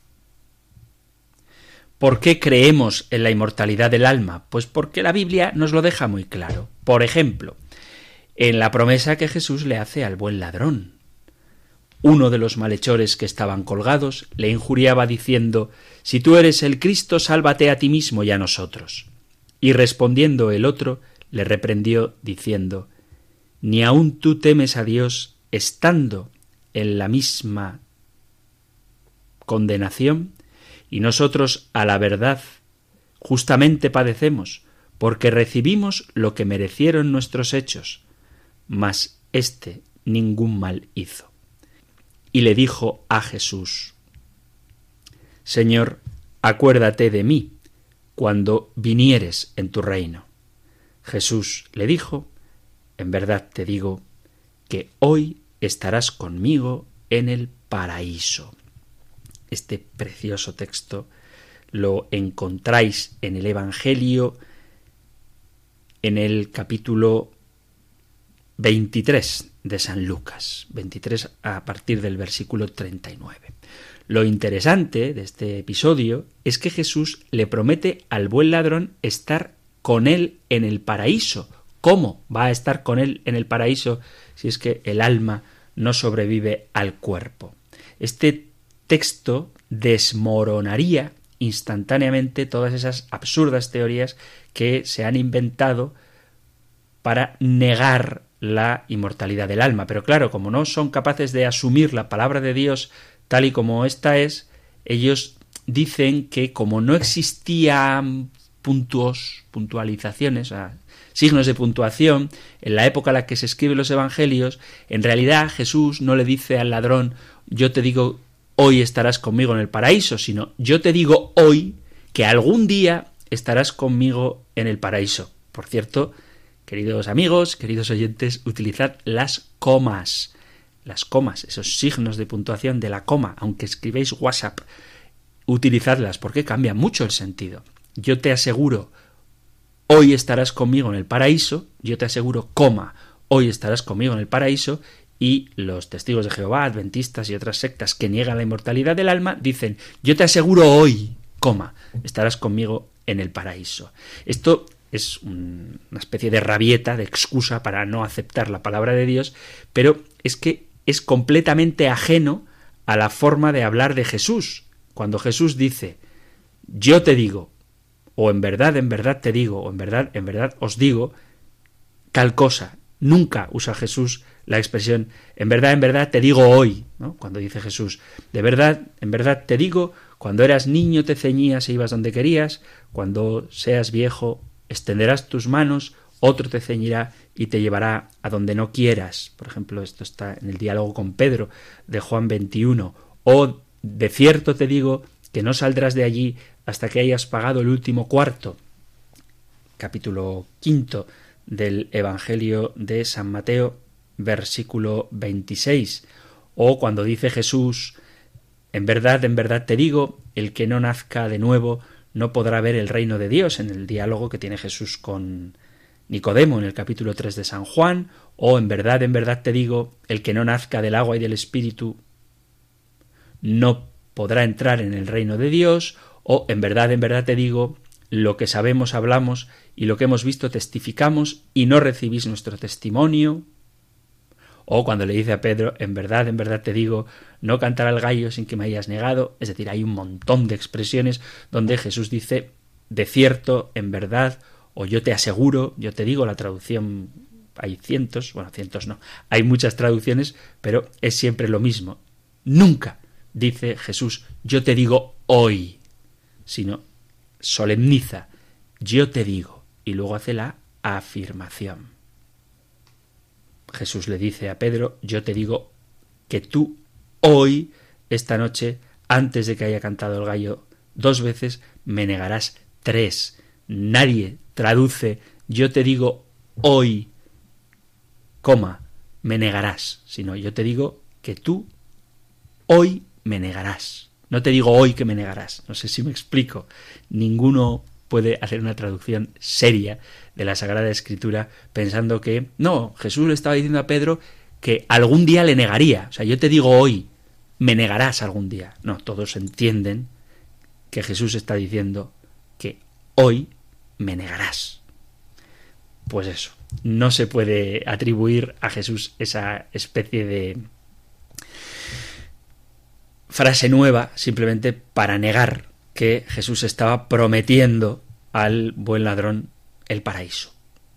¿Por qué creemos en la inmortalidad del alma? Pues porque la Biblia nos lo deja muy claro. Por ejemplo, en la promesa que Jesús le hace al buen ladrón. Uno de los malhechores que estaban colgados le injuriaba diciendo, si tú eres el Cristo, sálvate a ti mismo y a nosotros. Y respondiendo el otro, le reprendió diciendo, ¿ni aun tú temes a Dios estando en la misma condenación? Y nosotros, a la verdad, justamente padecemos, porque recibimos lo que merecieron nuestros hechos, mas éste ningún mal hizo. Y le dijo a Jesús, Señor, acuérdate de mí cuando vinieres en tu reino. Jesús le dijo, en verdad te digo que hoy estarás conmigo en el paraíso. Este precioso texto lo encontráis en el Evangelio, en el capítulo 23 de San Lucas, 23 a partir del versículo 39. Lo interesante de este episodio es que Jesús le promete al buen ladrón estar con él en el paraíso. ¿Cómo va a estar con él en el paraíso si es que el alma no sobrevive al cuerpo? Este texto desmoronaría instantáneamente todas esas absurdas teorías que se han inventado para negar la inmortalidad del alma. Pero claro, como no son capaces de asumir la palabra de Dios tal y como ésta es, ellos dicen que como no existían puntualizaciones, o sea, signos de puntuación, en la época en la que se escriben los evangelios, en realidad Jesús no le dice al ladrón, yo te digo hoy estarás conmigo en el paraíso, sino yo te digo hoy que algún día estarás conmigo en el paraíso. Por cierto, queridos amigos, queridos oyentes, utilizad las comas. Las comas, esos signos de puntuación de la coma, aunque escribáis WhatsApp, utilizadlas porque cambia mucho el sentido. Yo te aseguro, hoy estarás conmigo en el paraíso, yo te aseguro, coma, hoy estarás conmigo en el paraíso, y los testigos de Jehová, adventistas y otras sectas que niegan la inmortalidad del alma, dicen, yo te aseguro hoy, coma, estarás conmigo en el paraíso. Esto es una especie de rabieta, de excusa para no aceptar la palabra de Dios, pero es que es completamente ajeno a la forma de hablar de Jesús. Cuando Jesús dice, yo te digo, o en verdad te digo, o en verdad os digo, tal cosa. Nunca usa Jesús la expresión, en verdad te digo hoy, ¿no? Cuando dice Jesús, en verdad te digo, cuando eras niño te ceñías e ibas donde querías, cuando seas viejo extenderás tus manos, otro te ceñirá y te llevará a donde no quieras. Por ejemplo, esto está en el diálogo con Pedro de Juan 21. O de cierto te digo que no saldrás de allí hasta que hayas pagado el último cuarto. Capítulo 5 del Evangelio de San Mateo, versículo 26. O cuando dice Jesús, en verdad te digo, el que no nazca de nuevo no podrá ver el reino de Dios, en el diálogo que tiene Jesús con Nicodemo en el capítulo 3 de San Juan, o en verdad te digo, el que no nazca del agua y del Espíritu no podrá entrar en el reino de Dios, o en verdad te digo, lo que sabemos hablamos y lo que hemos visto testificamos y no recibís nuestro testimonio. O cuando le dice a Pedro, en verdad te digo, no cantará el gallo sin que me hayas negado. Es decir, hay un montón de expresiones donde Jesús dice, de cierto, en verdad, o yo te aseguro, yo te digo, la traducción, hay cientos no, hay muchas traducciones, pero es siempre lo mismo. Nunca dice Jesús, yo te digo hoy, sino solemniza, yo te digo, y luego hace la afirmación. Jesús le dice a Pedro, yo te digo que tú hoy, esta noche, antes de que haya cantado el gallo 2 veces, me negarás 3. Nadie traduce, yo te digo hoy, me negarás, sino yo te digo que tú hoy me negarás. No te digo hoy que me negarás. No sé si me explico. Ninguno puede hacer una traducción seria de la Sagrada Escritura pensando que, no, Jesús le estaba diciendo a Pedro que algún día le negaría. O sea, yo te digo hoy, me negarás algún día. No, todos entienden que Jesús está diciendo que hoy me negarás. Pues eso, no se puede atribuir a Jesús esa especie de frase nueva simplemente para negar que Jesús estaba prometiendo al buen ladrón el paraíso.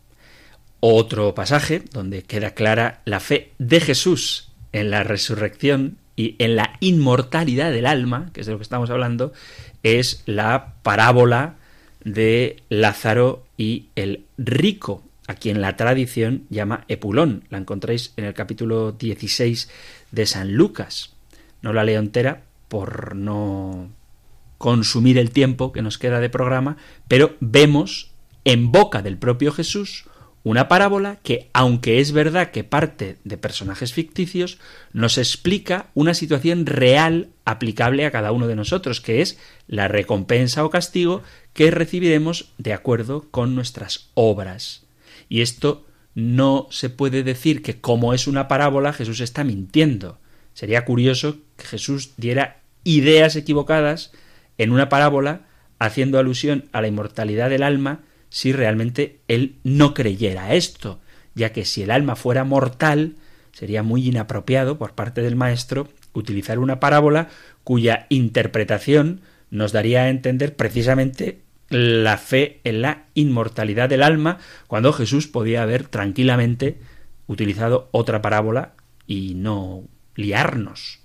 Otro pasaje donde queda clara la fe de Jesús en la resurrección y en la inmortalidad del alma, que es de lo que estamos hablando, es la parábola de Lázaro y el rico, a quien la tradición llama Epulón. La encontráis en el capítulo 16 de San Lucas. No la leo entera por no consumir el tiempo que nos queda de programa, pero vemos en boca del propio Jesús una parábola que, aunque es verdad que parte de personajes ficticios, nos explica una situación real aplicable a cada uno de nosotros, que es la recompensa o castigo que recibiremos de acuerdo con nuestras obras. Y esto no se puede decir que, como es una parábola, Jesús está mintiendo. Sería curioso que Jesús diera ideas equivocadas en una parábola haciendo alusión a la inmortalidad del alma si realmente él no creyera esto, ya que si el alma fuera mortal sería muy inapropiado por parte del maestro utilizar una parábola cuya interpretación nos daría a entender precisamente la fe en la inmortalidad del alma, cuando Jesús podía haber tranquilamente utilizado otra parábola y no liarnos.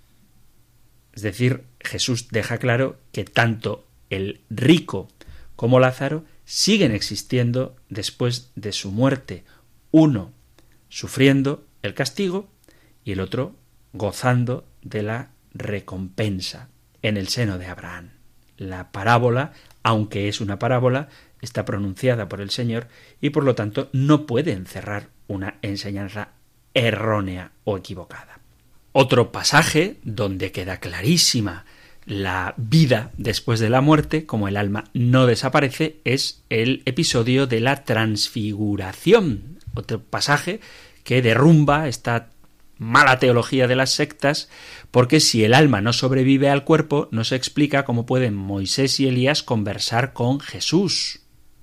Es decir, Jesús deja claro que tanto el rico como Lázaro siguen existiendo después de su muerte, uno sufriendo el castigo y el otro gozando de la recompensa en el seno de Abraham. La parábola, aunque es una parábola, está pronunciada por el Señor y por lo tanto no puede encerrar una enseñanza errónea o equivocada. Otro pasaje donde queda clarísima la vida después de la muerte, como el alma no desaparece, es el episodio de la transfiguración. Otro pasaje que derrumba esta mala teología de las sectas, porque si el alma no sobrevive al cuerpo, no se explica cómo pueden Moisés y Elías conversar con Jesús.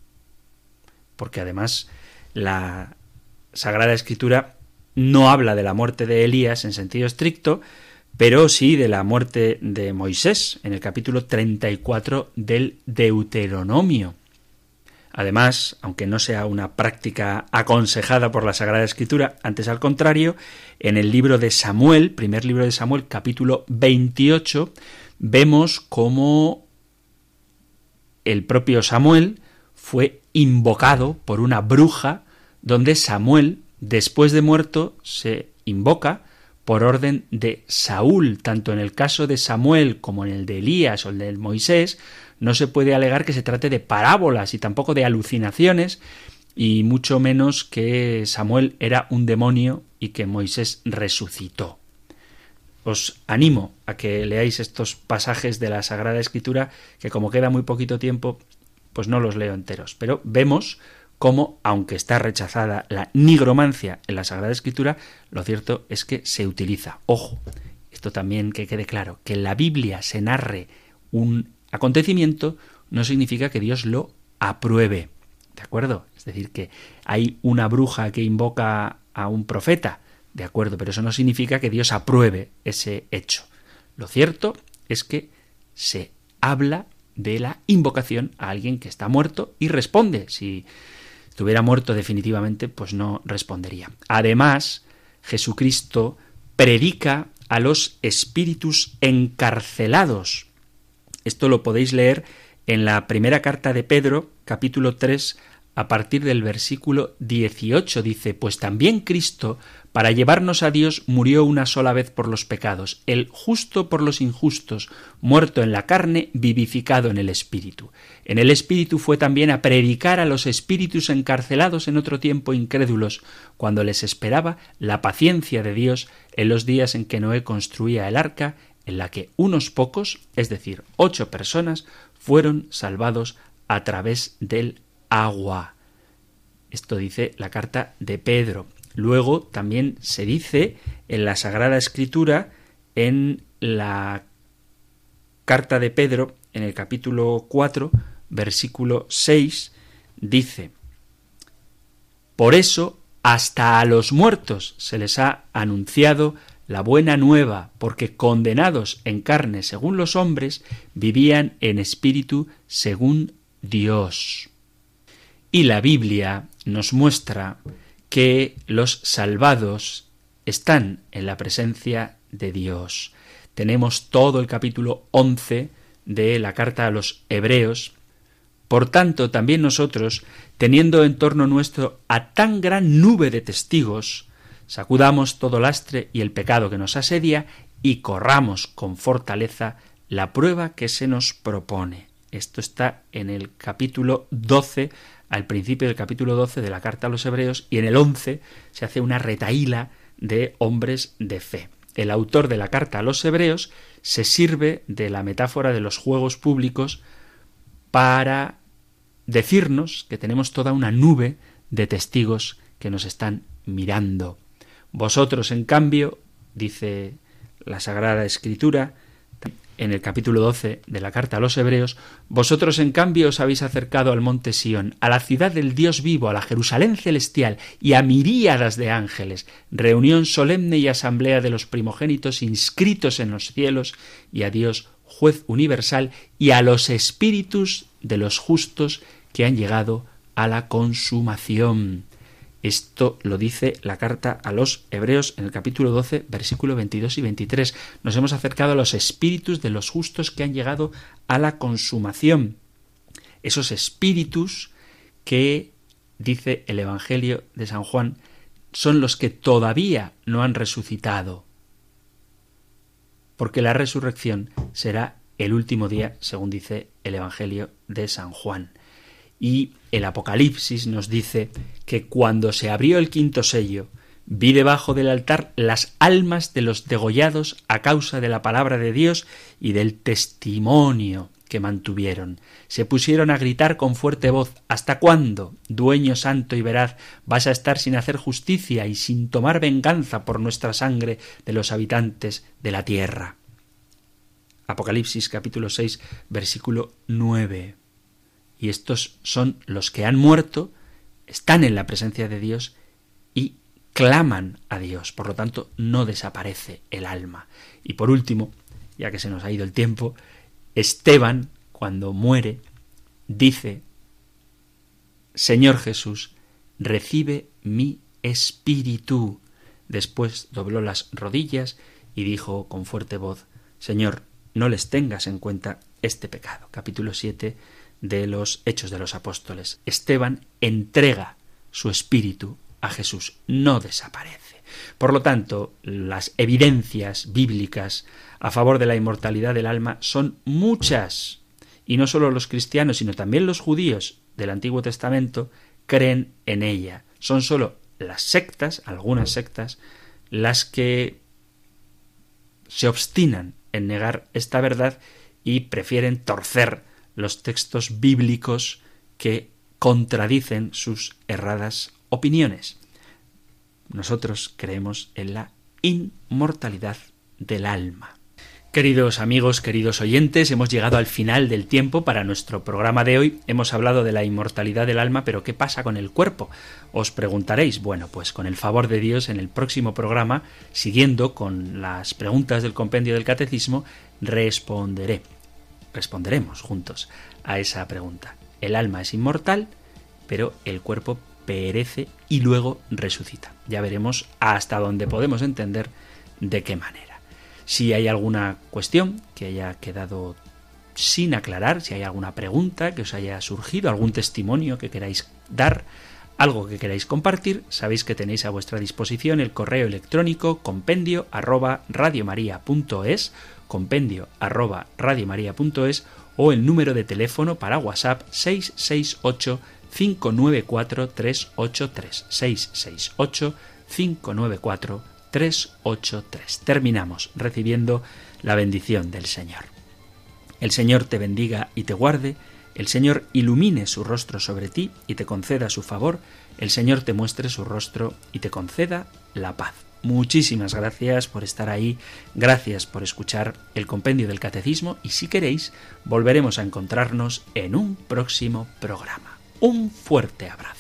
Porque además la Sagrada Escritura no habla de la muerte de Elías en sentido estricto, pero sí de la muerte de Moisés en el capítulo 34 del Deuteronomio. Además, aunque no sea una práctica aconsejada por la Sagrada Escritura, antes al contrario, en el libro de Samuel, primer libro de Samuel, capítulo 28, vemos cómo el propio Samuel fue invocado por una bruja, donde Samuel, después de muerto, se invoca por orden de Saúl. Tanto en el caso de Samuel como en el de Elías o el de Moisés, no se puede alegar que se trate de parábolas y tampoco de alucinaciones, y mucho menos que Samuel era un demonio y que Moisés resucitó. os animo a que leáis estos pasajes de la Sagrada Escritura, que como queda muy poquito tiempo, pues no los leo enteros. Pero vemos cómo, aunque está rechazada la nigromancia en la Sagrada Escritura, lo cierto es que se utiliza. Ojo, esto también que quede claro, que en la Biblia se narre un acontecimiento no significa que Dios lo apruebe, ¿de acuerdo? Es decir, que hay una bruja que invoca a un profeta, de acuerdo, pero eso no significa que Dios apruebe ese hecho. Lo cierto es que se habla de la invocación a alguien que está muerto y responde. Si estuviera muerto definitivamente, pues no respondería. Además, Jesucristo predica a los espíritus encarcelados. Esto lo podéis leer en la primera carta de Pedro, capítulo 3, a partir del versículo 18. Dice: pues también Cristo, para llevarnos a Dios, murió una sola vez por los pecados, el justo por los injustos, muerto en la carne, vivificado en el Espíritu. En el Espíritu fue también a predicar a los espíritus encarcelados en otro tiempo incrédulos, cuando les esperaba la paciencia de Dios en los días en que Noé construía el arca, en la que unos pocos, es decir, 8 personas, fueron salvados a través del agua. Esto dice la carta de Pedro. Luego también se dice en la Sagrada Escritura, en la carta de Pedro, en el capítulo 4, versículo 6, dice: por eso hasta a los muertos se les ha anunciado la buena nueva, porque condenados en carne según los hombres, vivían en espíritu según Dios. Y la Biblia nos muestra que los salvados están en la presencia de Dios. Tenemos todo el capítulo 11 de la carta a los Hebreos. Por tanto, también nosotros, teniendo en torno nuestro a tan gran nube de testigos, sacudamos todo lastre y el pecado que nos asedia y corramos con fortaleza la prueba que se nos propone. Esto está en el capítulo 12, al principio del capítulo 12 de la carta a los Hebreos, y en el 11 se hace una retahíla de hombres de fe. El autor de la carta a los Hebreos se sirve de la metáfora de los juegos públicos para decirnos que tenemos toda una nube de testigos que nos están mirando. Vosotros, en cambio, dice la Sagrada Escritura, en el capítulo 12 de la carta a los Hebreos, vosotros en cambio os habéis acercado al monte Sión, a la ciudad del Dios vivo, a la Jerusalén celestial y a miríadas de ángeles, reunión solemne y asamblea de los primogénitos inscritos en los cielos, y a Dios, juez universal, y a los espíritus de los justos que han llegado a la consumación. Esto lo dice la carta a los Hebreos en el capítulo 12, versículo 22 y 23. Nos hemos acercado a los espíritus de los justos que han llegado a la consumación. Esos espíritus que, dice el Evangelio de San Juan, son los que todavía no han resucitado, porque la resurrección será el último día, según dice el Evangelio de San Juan. Y el Apocalipsis nos dice que cuando se abrió el quinto sello, vi debajo del altar las almas de los degollados a causa de la palabra de Dios y del testimonio que mantuvieron. Se pusieron a gritar con fuerte voz: ¿hasta cuándo, dueño santo y veraz, vas a estar sin hacer justicia y sin tomar venganza por nuestra sangre de los habitantes de la tierra? Apocalipsis capítulo 6, versículo 9. Y estos son los que han muerto, están en la presencia de Dios y claman a Dios. Por lo tanto, no desaparece el alma. Y por último, ya que se nos ha ido el tiempo, Esteban, cuando muere, dice: Señor Jesús, recibe mi espíritu. Después dobló las rodillas y dijo con fuerte voz: Señor, no les tengas en cuenta este pecado. Capítulo 7 de los Hechos de los Apóstoles. Esteban entrega su espíritu a Jesús, no desaparece. Por lo tanto, las evidencias bíblicas a favor de la inmortalidad del alma son muchas, y no solo los cristianos, sino también los judíos del Antiguo Testamento creen en ella. Son solo las sectas, algunas sectas, las que se obstinan en negar esta verdad y prefieren torcer los textos bíblicos que contradicen sus erradas opiniones. Nosotros creemos en la inmortalidad del alma. Queridos amigos, queridos oyentes, hemos llegado al final del tiempo para nuestro programa de hoy. Hemos hablado de la inmortalidad del alma, pero ¿qué pasa con el cuerpo? Os preguntaréis. Bueno, pues con el favor de Dios, en el próximo programa, siguiendo con las preguntas del compendio del Catecismo, responderemos juntos a esa pregunta. El alma es inmortal, pero el cuerpo perece y luego resucita. Ya veremos hasta dónde podemos entender de qué manera. Si hay alguna cuestión que haya quedado sin aclarar, si hay alguna pregunta que os haya surgido, algún testimonio que queráis dar, algo que queráis compartir, sabéis que tenéis a vuestra disposición el correo electrónico compendio@radiomaria.es, compendio@radiomaria.es, o el número de teléfono para WhatsApp 668 594 383, 668 594 383. Terminamos recibiendo la bendición del Señor. El Señor te bendiga y te guarde, el Señor ilumine su rostro sobre ti y te conceda su favor, el Señor te muestre su rostro y te conceda la paz. Muchísimas gracias por estar ahí, gracias por escuchar el compendio del Catecismo y si queréis volveremos a encontrarnos en un próximo programa. Un fuerte abrazo.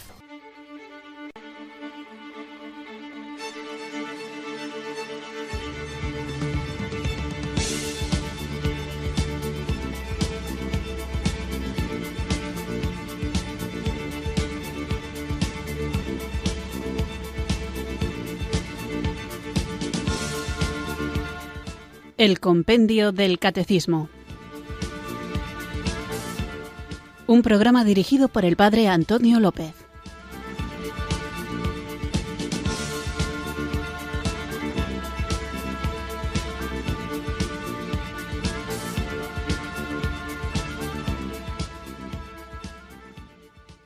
El compendio del Catecismo. Un programa dirigido por el Padre Antonio López.